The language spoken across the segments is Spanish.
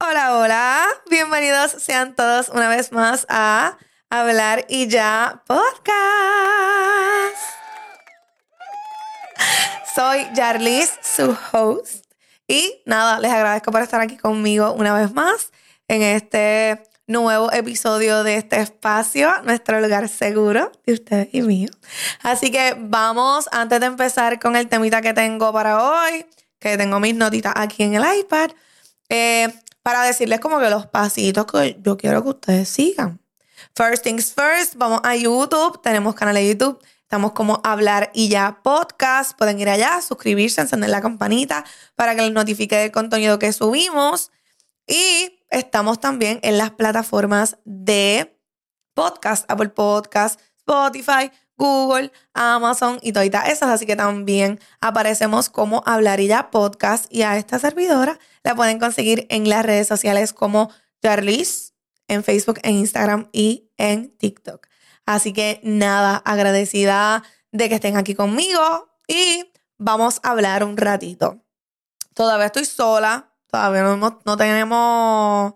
Hola, hola. Bienvenidos sean todos una vez más a Hablar y Ya Podcast. Soy Yarlis, su host. Y nada, les agradezco por estar aquí conmigo una vez más en este nuevo episodio de este espacio, nuestro lugar seguro de ustedes y mío. Así que vamos, antes de empezar con el temita que tengo para hoy, que tengo mis notitas aquí en el iPad, para decirles como que los pasitos que yo quiero que ustedes sigan. First things first, vamos a YouTube, tenemos canal de YouTube, estamos como Hablar y Ya Podcast, pueden ir allá, suscribirse, encender la campanita para que les notifique el contenido que subimos. Y estamos también en las plataformas de podcast, Apple Podcast, Spotify, Google, Amazon y todas esas. Así que también aparecemos como Hablar y Ya Podcast. Y a esta servidora la pueden conseguir en las redes sociales como Yarlis, en Facebook, en Instagram y en TikTok. Así que nada, agradecida de que estén aquí conmigo y vamos a hablar un ratito. Todavía estoy sola, todavía no tenemos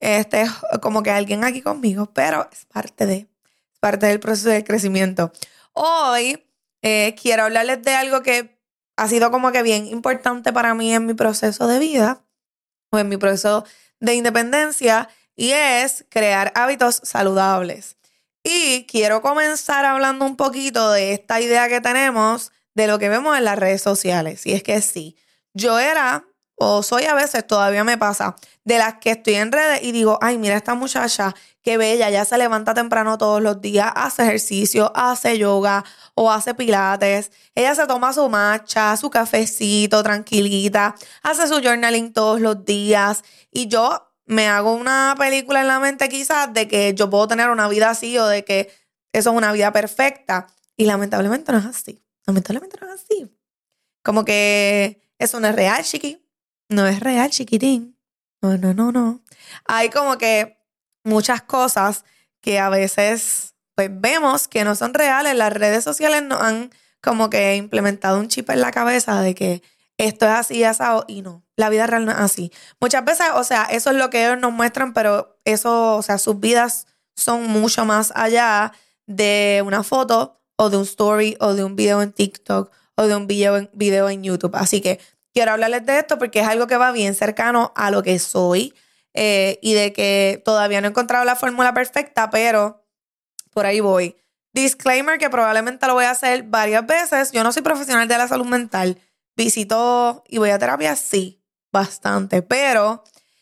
como que alguien aquí conmigo, pero es parte del proceso de crecimiento. Hoy quiero hablarles de algo que ha sido como que bien importante para mí en mi proceso de vida o en mi proceso de independencia, y es crear hábitos saludables. Y quiero comenzar hablando un poquito de esta idea que tenemos de lo que vemos en las redes sociales. Y es que sí, yo era, o soy a veces, todavía me pasa, de las que estoy en redes y digo, ay, mira esta muchacha, qué bella, ya se levanta temprano todos los días, hace ejercicio, hace yoga o hace pilates. Ella se toma su matcha, su cafecito, tranquilita, hace su journaling todos los días. Y yo me hago una película en la mente quizás de que yo puedo tener una vida así o de que eso es una vida perfecta. Y lamentablemente no es así. Lamentablemente no es así. Como que eso no es real, chiqui. No es real, chiquitín. No. Hay como que muchas cosas que a veces pues vemos que no son reales. Las redes sociales nos han como que implementado un chip en la cabeza de que esto es así, asado, y no. La vida real no es así. Muchas veces, o sea, eso es lo que ellos nos muestran, pero eso, o sea, sus vidas son mucho más allá de una foto o de un story o de un video en TikTok o de un video en YouTube. Así que quiero hablarles de esto porque es algo que va bien cercano a lo que soy, y de que todavía no he encontrado la fórmula perfecta, pero por ahí voy. Disclaimer que probablemente lo voy a hacer varias veces. Yo no soy profesional de la salud mental. Visito y voy a terapia, sí, bastante, pero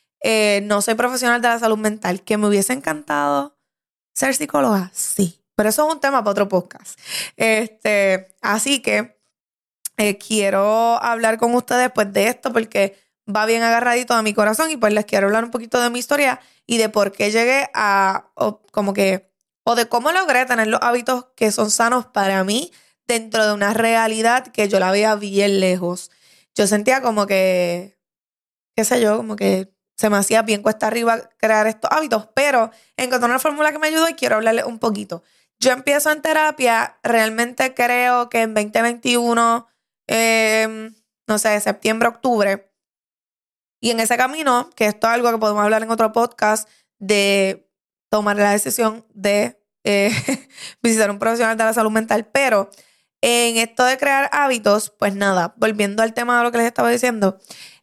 no soy profesional de la salud mental. ¿Que me hubiese encantado ser psicóloga? Sí, pero eso es un tema para otro podcast. Así que quiero hablar con ustedes pues de esto porque va bien agarradito a mi corazón y pues les quiero hablar un poquito de mi historia y de por qué llegué o de cómo logré tener los hábitos que son sanos para mí dentro de una realidad que yo la veía bien lejos. Yo sentía como que, qué sé yo, como que se me hacía bien cuesta arriba crear estos hábitos, pero encontré una fórmula que me ayudó y quiero hablarles un poquito. Yo empiezo en terapia, realmente creo que en 2021, no sé, septiembre, octubre. Y en ese camino, que esto es algo que podemos hablar en otro podcast, de tomar la decisión de visitar un profesional de la salud mental. Pero en esto de crear hábitos, pues nada, volviendo al tema de lo que les estaba diciendo,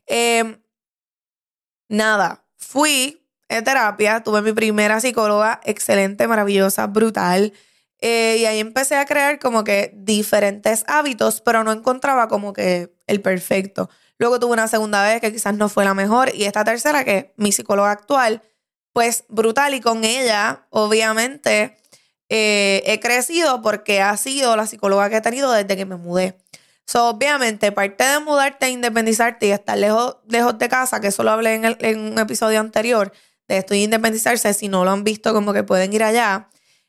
nada, fui a terapia, tuve mi primera psicóloga, excelente, maravillosa, brutal. Y ahí empecé a crear como que diferentes hábitos, pero no encontraba como que el perfecto. Luego tuve una segunda vez que quizás no fue la mejor. Y esta tercera, que mi psicóloga actual, pues brutal. Y con ella, obviamente, he crecido porque ha sido la psicóloga que he tenido desde que me mudé. So, obviamente, parte de mudarte, independizarte y estar lejos de casa, que eso lo hablé en un episodio anterior, de esto de independizarse, si no lo han visto, como que pueden ir allá.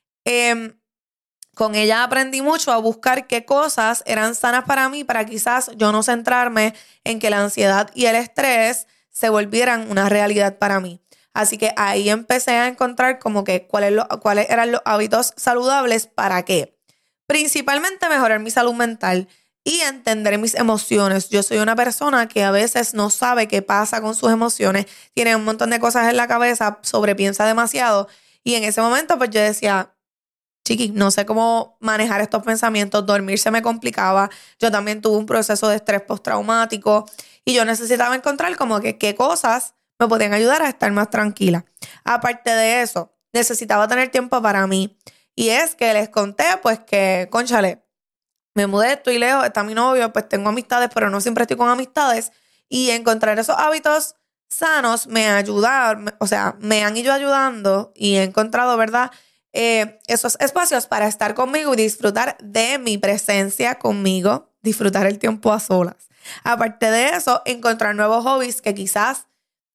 Con ella aprendí mucho a buscar qué cosas eran sanas para mí, para quizás yo no centrarme en que la ansiedad y el estrés se volvieran una realidad para mí. Así que ahí empecé a encontrar como que cuáles eran los hábitos saludables para qué. Principalmente mejorar mi salud mental. y entender mis emociones. Yo soy una persona que a veces no sabe qué pasa con sus emociones, tiene un montón de cosas en la cabeza, sobrepiensa demasiado y en ese momento pues yo decía, chiqui, no sé cómo manejar estos pensamientos, dormir se me complicaba, yo también tuve un proceso de estrés postraumático y yo necesitaba encontrar como que qué cosas me podían ayudar a estar más tranquila. Aparte de eso, necesitaba tener tiempo para mí y es que les conté pues que, cónchale, me mudé, estoy lejos, está mi novio, pues tengo amistades, pero no siempre estoy con amistades. Y encontrar esos hábitos sanos me ayudaron, o sea, me han ido ayudando y he encontrado, ¿verdad? Esos espacios para estar conmigo y disfrutar de mi presencia conmigo, disfrutar el tiempo a solas. Aparte de eso, encontrar nuevos hobbies que quizás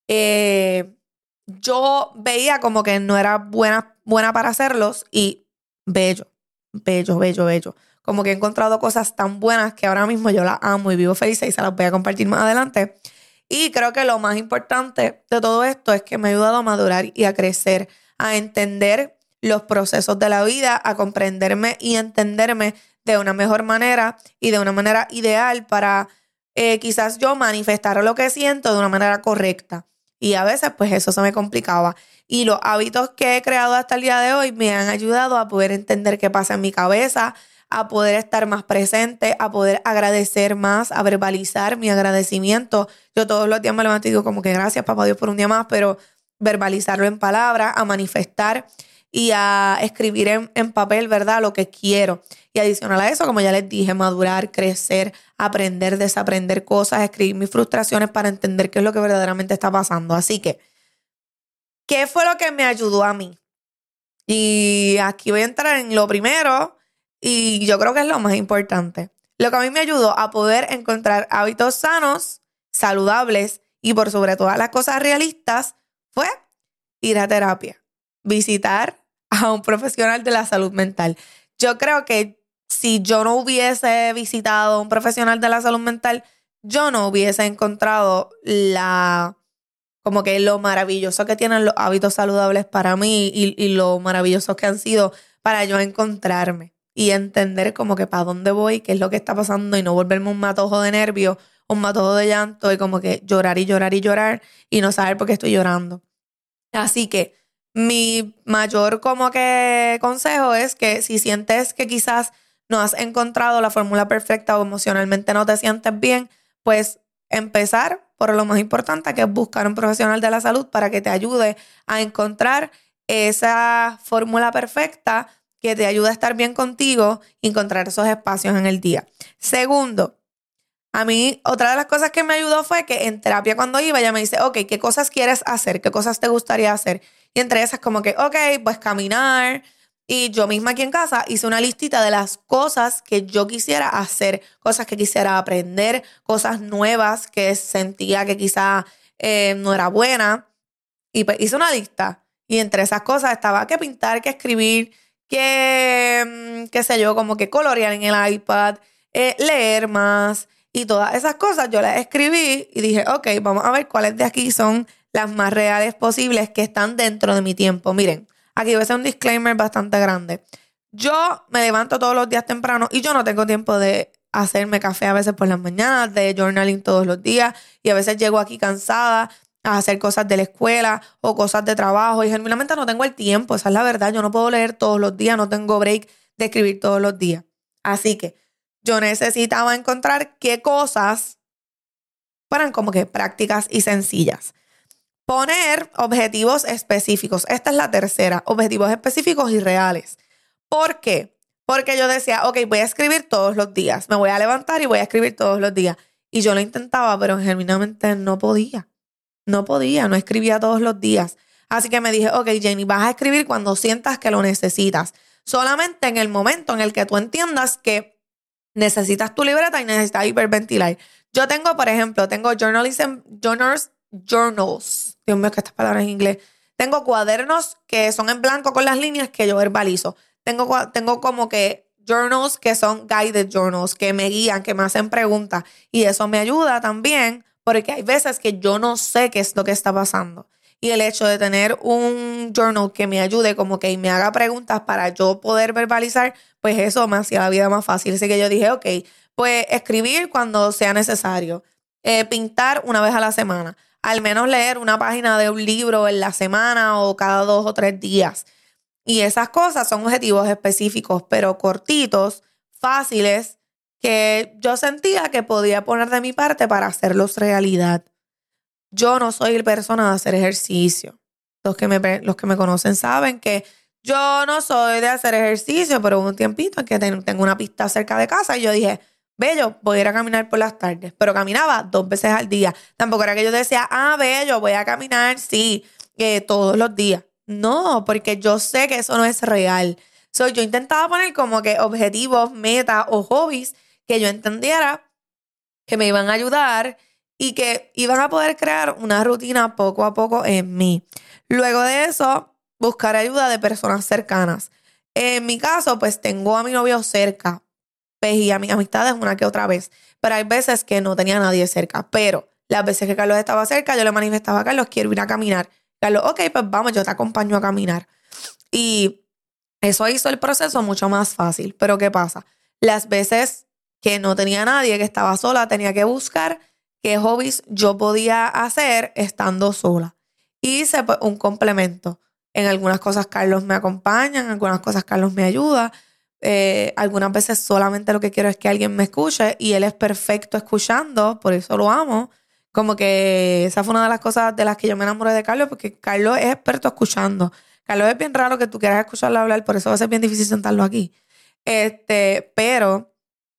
yo veía como que no era buena para hacerlos y bello, bello, bello, bello. Como que he encontrado cosas tan buenas que ahora mismo yo las amo y vivo feliz y se las voy a compartir más adelante. Y creo que lo más importante de todo esto es que me ha ayudado a madurar y a crecer, a entender los procesos de la vida, a comprenderme y entenderme de una mejor manera y de una manera ideal para quizás yo manifestar lo que siento de una manera correcta. Y a veces pues eso se me complicaba. Y los hábitos que he creado hasta el día de hoy me han ayudado a poder entender qué pasa en mi cabeza, a poder estar más presente, a poder agradecer más, a verbalizar mi agradecimiento. Yo todos los días me levanto y digo como que gracias, papá Dios, por un día más, pero verbalizarlo en palabras, a manifestar y a escribir en papel, ¿verdad? Lo que quiero. Y adicional a eso, como ya les dije, madurar, crecer, aprender, desaprender cosas, escribir mis frustraciones para entender qué es lo que verdaderamente está pasando. Así que, ¿qué fue lo que me ayudó a mí? Y aquí voy a entrar en lo primero y yo creo que es lo más importante. Lo que a mí me ayudó a poder encontrar hábitos sanos, saludables y por sobre todas las cosas realistas fue ir a terapia, visitar a un profesional de la salud mental. Yo creo que si yo no hubiese visitado a un profesional de la salud mental, yo no hubiese encontrado como que lo maravilloso que tienen los hábitos saludables para mí y lo maravillosos que han sido para yo encontrarme y entender como que para dónde voy, qué es lo que está pasando y no volverme un matojo de nervios, un matojo de llanto y como que llorar y llorar y llorar y no saber por qué estoy llorando. Así que mi mayor como que consejo es que si sientes que quizás no has encontrado la fórmula perfecta o emocionalmente no te sientes bien, pues empezar por lo más importante, que es buscar un profesional de la salud para que te ayude a encontrar esa fórmula perfecta que te ayude a estar bien contigo y encontrar esos espacios en el día. Segundo, a mí, otra de las cosas que me ayudó fue que en terapia cuando iba, ella me dice, ok, ¿qué cosas quieres hacer? ¿Qué cosas te gustaría hacer? Y entre esas como que, ok, pues caminar. Y yo misma aquí en casa hice una listita de las cosas que yo quisiera hacer, cosas que quisiera aprender, cosas nuevas que sentía que quizá no era buena. Y pues hice una lista. Y entre esas cosas estaba que pintar, que escribir, qué sé yo, como que colorear en el iPad, leer más. Y todas esas cosas yo las escribí y dije, ok, vamos a ver cuáles de aquí son las más reales posibles que están dentro de mi tiempo. Miren, aquí voy a hacer un disclaimer bastante grande. Yo me levanto todos los días temprano y yo no tengo tiempo de hacerme café a veces por las mañanas, de journaling todos los días y a veces llego aquí cansada a hacer cosas de la escuela o cosas de trabajo y genuinamente no tengo el tiempo, esa es la verdad. Yo no puedo leer todos los días, no tengo break de escribir todos los días. Así que yo necesitaba encontrar qué cosas fueran como que prácticas y sencillas. Poner objetivos específicos. Esta es la tercera. Objetivos específicos y reales. ¿Por qué? Porque yo decía, ok, voy a escribir todos los días. Me voy a levantar y voy a escribir todos los días. Y yo lo intentaba, pero genuinamente no podía. No escribía todos los días. Así que me dije, ok, Jenny, vas a escribir cuando sientas que lo necesitas. Solamente en el momento en el que tú entiendas que necesitas tu libreta y necesitas hiperventilar. Yo tengo, por ejemplo, tengo journals. Dios mío, que estas palabras en inglés. Tengo cuadernos que son en blanco con las líneas que yo verbalizo. Tengo como que journals que son guided journals, que me guían, que me hacen preguntas. Y eso me ayuda también porque hay veces que yo no sé qué es lo que está pasando. Y el hecho de tener un journal que me ayude como que y me haga preguntas para yo poder verbalizar, pues eso me hacía la vida más fácil. Así que yo dije, ok, Pues escribir cuando sea necesario. Pintar una vez a la semana. Al menos leer una página de un libro en la semana o cada 2 o 3 días. Y esas cosas son objetivos específicos, pero cortitos, fáciles, que yo sentía que podía poner de mi parte para hacerlos realidad. Yo no soy persona de hacer ejercicio. Los que me conocen saben que yo no soy de hacer ejercicio, pero hubo un tiempito en que tengo una pista cerca de casa y yo dije, bello, voy a ir a caminar por las tardes. Pero caminaba 2 veces al día. Tampoco era que yo decía, bello, voy a caminar, sí, todos los días. No, porque yo sé que eso no es real. Yo intentaba poner como que objetivos, metas o hobbies que yo entendiera que me iban a ayudar y que iban a poder crear una rutina poco a poco en mí. Luego de eso, buscar ayuda de personas cercanas. En mi caso, pues tengo a mi novio cerca, pues, y a mis amistades una que otra vez. Pero hay veces que no tenía a nadie cerca. Pero las veces que Carlos estaba cerca, yo le manifestaba a Carlos, quiero ir a caminar. Carlos, ok, pues vamos, yo te acompaño a caminar. Y eso hizo el proceso mucho más fácil. Pero ¿qué pasa? Las veces que no tenía nadie, que estaba sola, tenía que buscar qué hobbies yo podía hacer estando sola. Hice pues, un complemento. En algunas cosas Carlos me acompaña, en algunas cosas Carlos me ayuda. Algunas veces solamente lo que quiero es que alguien me escuche y él es perfecto escuchando, por eso lo amo. Como que esa fue una de las cosas de las que yo me enamoré de Carlos, porque Carlos es experto escuchando. Carlos es bien raro que tú quieras escucharlo hablar, por eso va a ser bien difícil sentarlo aquí. Pero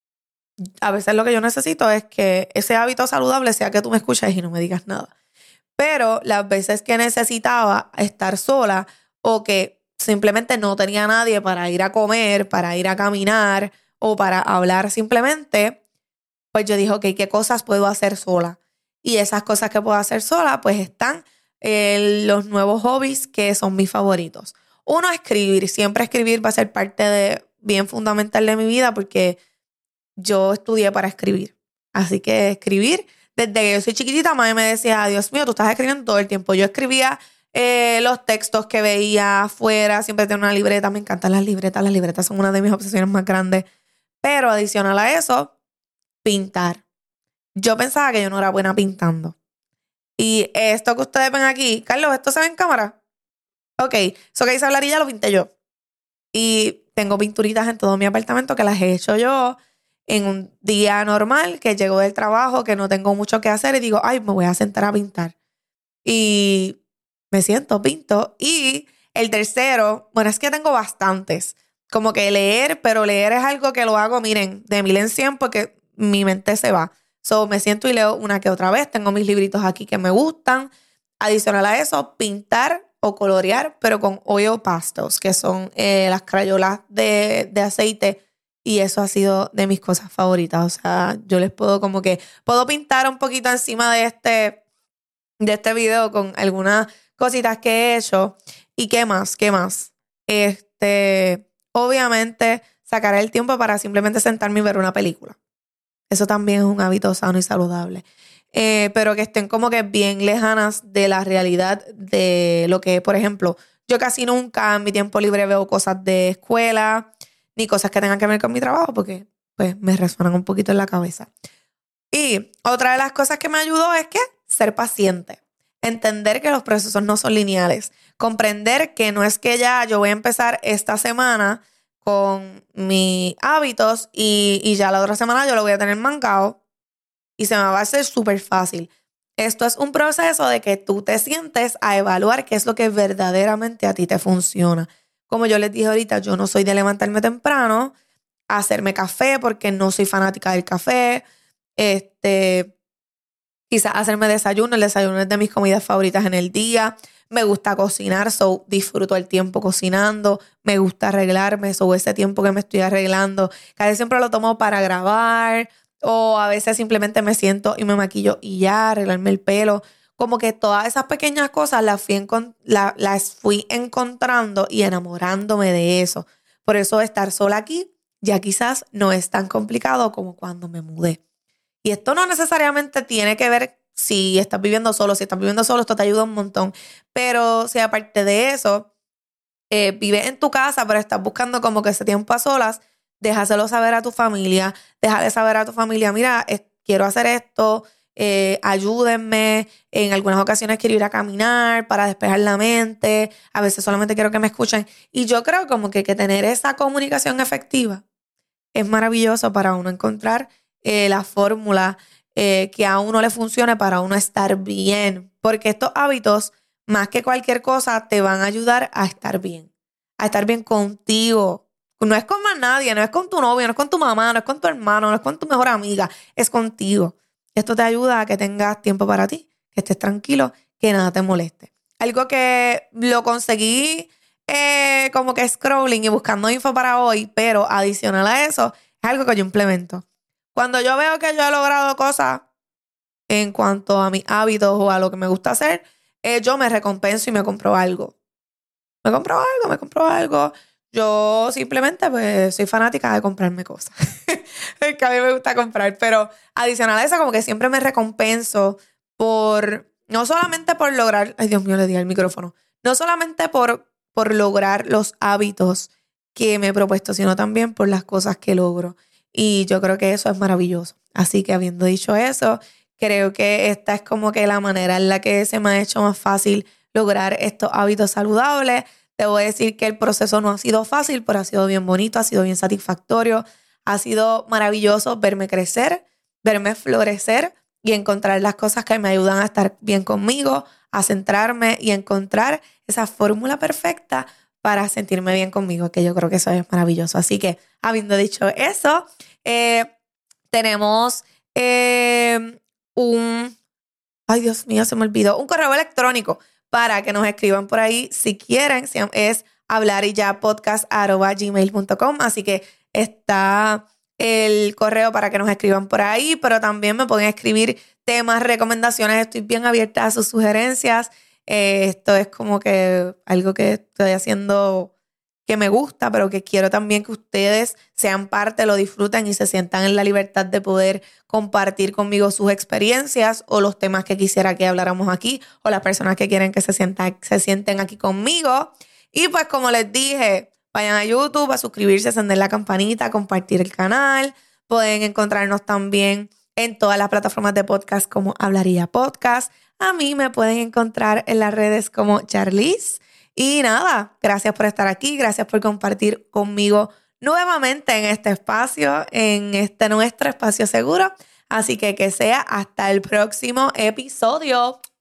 a veces lo que yo necesito es que ese hábito saludable sea que tú me escuches y no me digas nada. Pero las veces que necesitaba estar sola o que simplemente no tenía nadie para ir a comer, para ir a caminar o para hablar simplemente, pues yo dije, ok, ¿qué cosas puedo hacer sola? Y esas cosas que puedo hacer sola, pues están los nuevos hobbies que son mis favoritos. Uno, escribir. Siempre escribir va a ser parte bien fundamental de mi vida porque yo estudié para escribir. Así que escribir, desde que yo soy chiquitita, mami me decía, Dios mío, tú estás escribiendo todo el tiempo. Yo escribía los textos que veía afuera, siempre tenía una libreta, me encantan las libretas son una de mis obsesiones más grandes. Pero adicional a eso, pintar. Yo pensaba que yo no era buena pintando. Y esto que ustedes ven aquí, Carlos, ¿esto se ve en cámara? Ok, eso que dice Blarilla lo pinté yo. Y tengo pinturitas en todo mi apartamento que las he hecho yo en un día normal, que llego del trabajo, que no tengo mucho que hacer y digo, ay, me voy a sentar a pintar. Y me siento, pinto. Y el tercero, bueno, es que tengo bastantes. Como que leer, pero leer es algo que lo hago, miren, de 1000 en 100 porque mi mente se va. Me siento y leo una que otra vez. Tengo mis libritos aquí que me gustan. Adicional a eso, pintar o colorear, pero con oil pastels, que son las crayolas de aceite. Y eso ha sido de mis cosas favoritas. O sea, yo les puedo como que, puedo pintar un poquito encima de este video con algunas cositas que he hecho. ¿Y qué más? ¿Qué más? Obviamente, sacar el tiempo para simplemente sentarme y ver una película. Eso también es un hábito sano y saludable. Pero que estén como que bien lejanas de la realidad de lo que, por ejemplo, yo casi nunca en mi tiempo libre veo cosas de escuela ni cosas que tengan que ver con mi trabajo porque pues me resuenan un poquito en la cabeza. Y otra de las cosas que me ayudó es que ser paciente. Entender que los procesos no son lineales. Comprender que no es que ya yo voy a empezar esta semana con mis hábitos y ya la otra semana yo lo voy a tener mancado y se me va a hacer súper fácil. Esto es un proceso de que tú te sientes a evaluar qué es lo que verdaderamente a ti te funciona. Como yo les dije ahorita, yo no soy de levantarme temprano, hacerme café porque no soy fanática del café. Quizás hacerme desayuno. El desayuno es de mis comidas favoritas en el día. Me gusta cocinar, disfruto el tiempo cocinando. Me gusta arreglarme, ese tiempo que me estoy arreglando, casi siempre lo tomo para grabar o a veces simplemente me siento y me maquillo y ya, arreglarme el pelo. Como que todas esas pequeñas cosas las fui encontrando y enamorándome de eso. Por eso estar sola aquí ya quizás no es tan complicado como cuando me mudé. Y esto no necesariamente tiene que ver si estás viviendo solo. Si estás viviendo solo, esto te ayuda un montón. Pero si aparte de eso, vives en tu casa, pero estás buscando como que ese tiempo a solas, déjaselo saber a tu familia, déjale saber a tu familia, mira, quiero hacer esto, ayúdenme, en algunas ocasiones quiero ir a caminar para despejar la mente, a veces solamente quiero que me escuchen. Y yo creo como que tener esa comunicación efectiva es maravilloso para uno encontrar la fórmula que a uno le funcione para uno estar bien. Porque estos hábitos, más que cualquier cosa, te van a ayudar a estar bien contigo. No es con más nadie, no es con tu novio, no es con tu mamá, no es con tu hermano, no es con tu mejor amiga, es contigo. Esto te ayuda a que tengas tiempo para ti, que estés tranquilo, que nada te moleste. Algo que lo conseguí como que scrolling y buscando info para hoy, pero adicional a eso, es algo que yo implemento. Cuando yo veo que yo he logrado cosas en cuanto a mis hábitos o a lo que me gusta hacer, yo me recompenso y me compro algo. Me compro algo. Yo simplemente pues soy fanática de comprarme cosas. Es que a mí me gusta comprar, pero adicional a eso como que siempre me recompenso no solamente por lograr, ay Dios mío, le di al micrófono, no solamente por lograr los hábitos que me he propuesto, sino también por las cosas que logro. Y yo creo que eso es maravilloso. Así que habiendo dicho eso, creo que esta es como que la manera en la que se me ha hecho más fácil lograr estos hábitos saludables. Te voy a decir que el proceso no ha sido fácil, pero ha sido bien bonito, ha sido bien satisfactorio. Ha sido maravilloso verme crecer, verme florecer y encontrar las cosas que me ayudan a estar bien conmigo, a centrarme y encontrar esa fórmula perfecta para sentirme bien conmigo, que yo creo que eso es maravilloso. Así que, habiendo dicho eso, tenemos ay Dios mío, se me olvidó, un correo electrónico para que nos escriban por ahí si quieren, es hablaryapodcast@gmail.com, así que está el correo para que nos escriban por ahí, pero también me pueden escribir temas, recomendaciones, estoy bien abierta a sus sugerencias. Esto es como que algo que estoy haciendo que me gusta, pero que quiero también que ustedes sean parte, lo disfruten y se sientan en la libertad de poder compartir conmigo sus experiencias o los temas que quisiera que habláramos aquí o las personas que quieren que se sienten aquí conmigo. Y pues como les dije, vayan a YouTube a suscribirse, encender la campanita, compartir el canal. Pueden encontrarnos también en todas las plataformas de podcast como Hablaría Podcast. A mí me pueden encontrar en las redes como Charlize. Y nada, gracias por estar aquí, gracias por compartir conmigo nuevamente en este espacio, en este nuestro espacio seguro. Así que sea hasta el próximo episodio.